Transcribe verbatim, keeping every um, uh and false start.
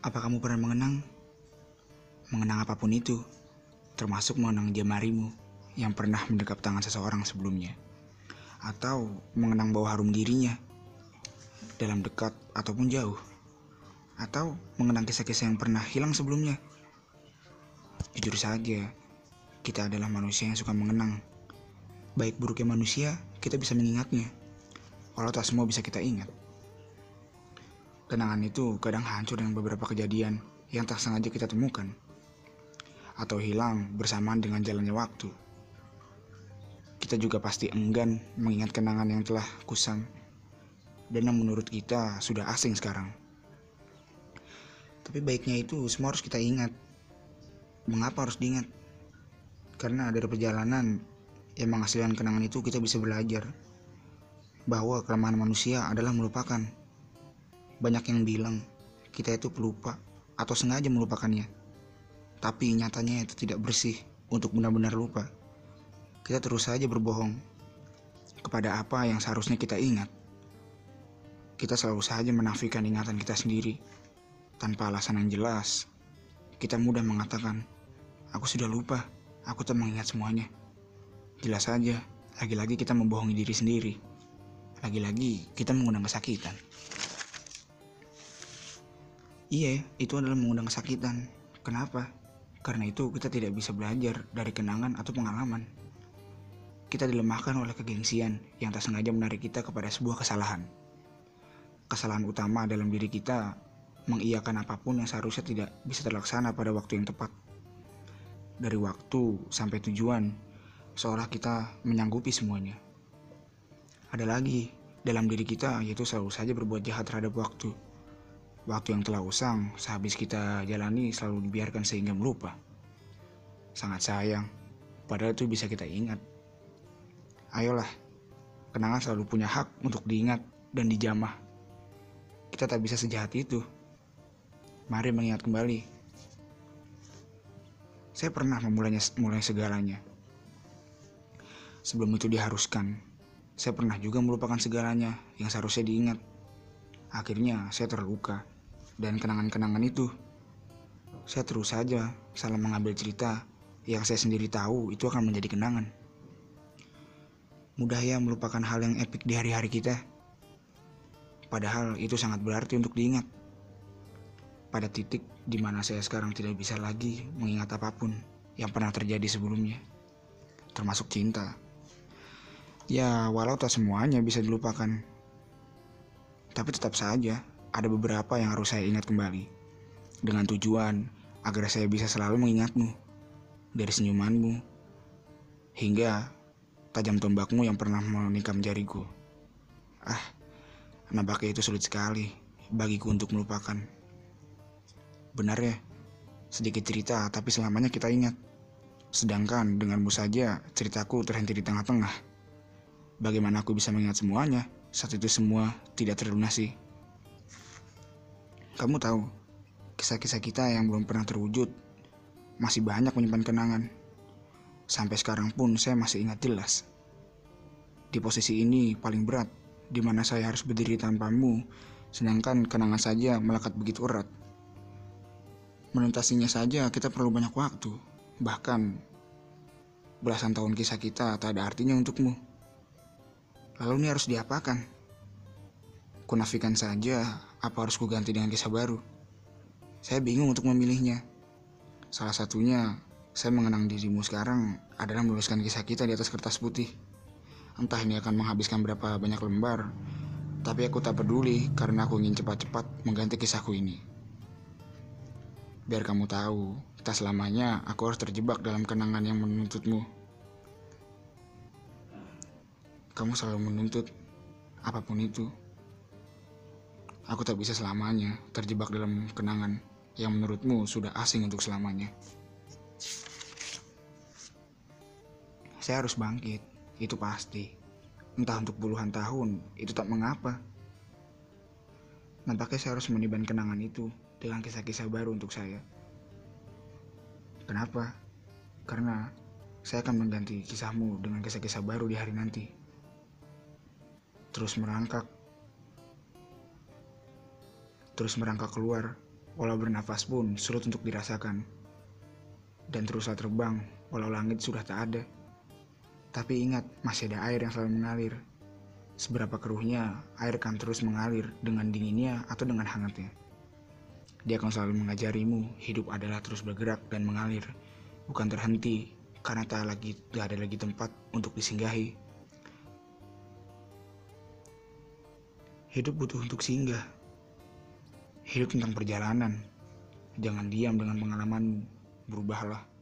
Apa kamu pernah mengenang? Mengenang apapun itu, termasuk mengenang jemarimu yang pernah mendekap tangan seseorang sebelumnya. Atau mengenang bau harum dirinya, dalam dekat ataupun jauh. Atau mengenang kisah-kisah yang pernah hilang sebelumnya. Jujur saja, kita adalah manusia yang suka mengenang. Baik buruknya manusia, kita bisa mengingatnya. Walau tak semua bisa kita ingat. Kenangan itu kadang hancur dengan beberapa kejadian yang tak sengaja kita temukan, atau hilang bersamaan dengan jalannya waktu. Kita juga pasti enggan mengingat kenangan yang telah kusam dan yang menurut kita sudah asing sekarang. Tapi baiknya itu semua harus kita ingat. Mengapa harus diingat? Karena dari perjalanan yang menghasilkan kenangan itu kita bisa belajar bahwa kelemahan manusia adalah melupakan. Banyak yang bilang kita itu pelupa atau sengaja melupakannya. Tapi nyatanya itu tidak bersih untuk benar-benar lupa. Kita terus saja berbohong kepada apa yang seharusnya kita ingat. Kita selalu saja menafikan ingatan kita sendiri. Tanpa alasan yang jelas, kita mudah mengatakan, aku sudah lupa, aku tak mengingat semuanya. Jelas saja, lagi-lagi kita membohongi diri sendiri. Lagi-lagi kita mengundang kesakitan. Iya, itu adalah mengundang kesakitan. Kenapa? Karena itu kita tidak bisa belajar dari kenangan atau pengalaman. Kita dilemahkan oleh kegengsian yang tak sengaja menarik kita kepada sebuah kesalahan. Kesalahan utama dalam diri kita mengiyakan apapun yang seharusnya tidak bisa terlaksana pada waktu yang tepat. Dari waktu sampai tujuan, seolah kita menyanggupi semuanya. Ada lagi dalam diri kita, yaitu selalu saja berbuat jahat terhadap waktu. Waktu yang telah usang, sehabis kita jalani selalu dibiarkan sehingga melupa. Sangat sayang, padahal itu bisa kita ingat. Ayolah, kenangan selalu punya hak untuk diingat dan dijamah. Kita tak bisa sejahat itu. Mari mengingat kembali. Saya pernah memulainya mulai segalanya. Sebelum itu diharuskan, saya pernah juga melupakan segalanya yang seharusnya diingat. Akhirnya saya terluka. Dan kenangan-kenangan itu, saya terus saja salah mengambil cerita yang saya sendiri tahu itu akan menjadi kenangan. Mudah ya melupakan hal yang epik di hari-hari kita. Padahal itu sangat berarti untuk diingat. Pada titik di mana saya sekarang tidak bisa lagi mengingat apapun yang pernah terjadi sebelumnya. Termasuk cinta. Ya, walau tak semuanya bisa dilupakan. Tapi tetap saja ada beberapa yang harus saya ingat kembali. Dengan tujuan agar saya bisa selalu mengingatmu. Dari senyumanmu hingga tajam tombakmu yang pernah menikam jariku. Ah, nampaknya itu sulit sekali bagiku untuk melupakan. Benar ya, sedikit cerita tapi selamanya kita ingat. Sedangkan denganmu saja ceritaku terhenti di tengah-tengah. Bagaimana aku bisa mengingat semuanya saat itu semua tidak terlunasi? Kamu tahu, kisah-kisah kita yang belum pernah terwujud masih banyak menyimpan kenangan. Sampai sekarang pun saya masih ingat jelas. Di posisi ini paling berat, di mana saya harus berdiri tanpamu, sedangkan kenangan saja melekat begitu erat. Menuntasnya saja kita perlu banyak waktu, bahkan belasan tahun kisah kita tak ada artinya untukmu. Lalu ini harus diapakan? Kunafikan saja, apa harus kuganti dengan kisah baru? Saya bingung untuk memilihnya. Salah satunya, saya mengenang dirimu sekarang adalah menuliskan kisah kita di atas kertas putih. Entah ini akan menghabiskan berapa banyak lembar, tapi aku tak peduli karena aku ingin cepat-cepat mengganti kisahku ini. Biar kamu tahu, tak selamanya aku harus terjebak dalam kenangan yang menuntutmu. Kamu selalu menuntut apapun itu. Aku tak bisa selamanya terjebak dalam kenangan yang menurutmu sudah asing untuk selamanya. Saya harus bangkit, itu pasti. Entah untuk puluhan tahun, itu tak mengapa. Nampaknya saya harus meniban kenangan itu dengan kisah-kisah baru untuk saya. Kenapa? Karena saya akan mengganti kisahmu dengan kisah-kisah baru di hari nanti. Terus merangkak. Terus merangkak keluar walau bernafas pun sulit untuk dirasakan. Dan teruslah terbang, walau langit sudah tak ada. Tapi ingat, masih ada air yang selalu mengalir. Seberapa keruhnya, air akan terus mengalir dengan dinginnya atau dengan hangatnya. Dia akan selalu mengajarimu, hidup adalah terus bergerak dan mengalir, bukan terhenti, karena tak lagi tak ada lagi tempat untuk disinggahi. Hidup butuh untuk singgah. Hidup tentang perjalanan. Jangan diam dengan pengalamanmu. Berubahlah.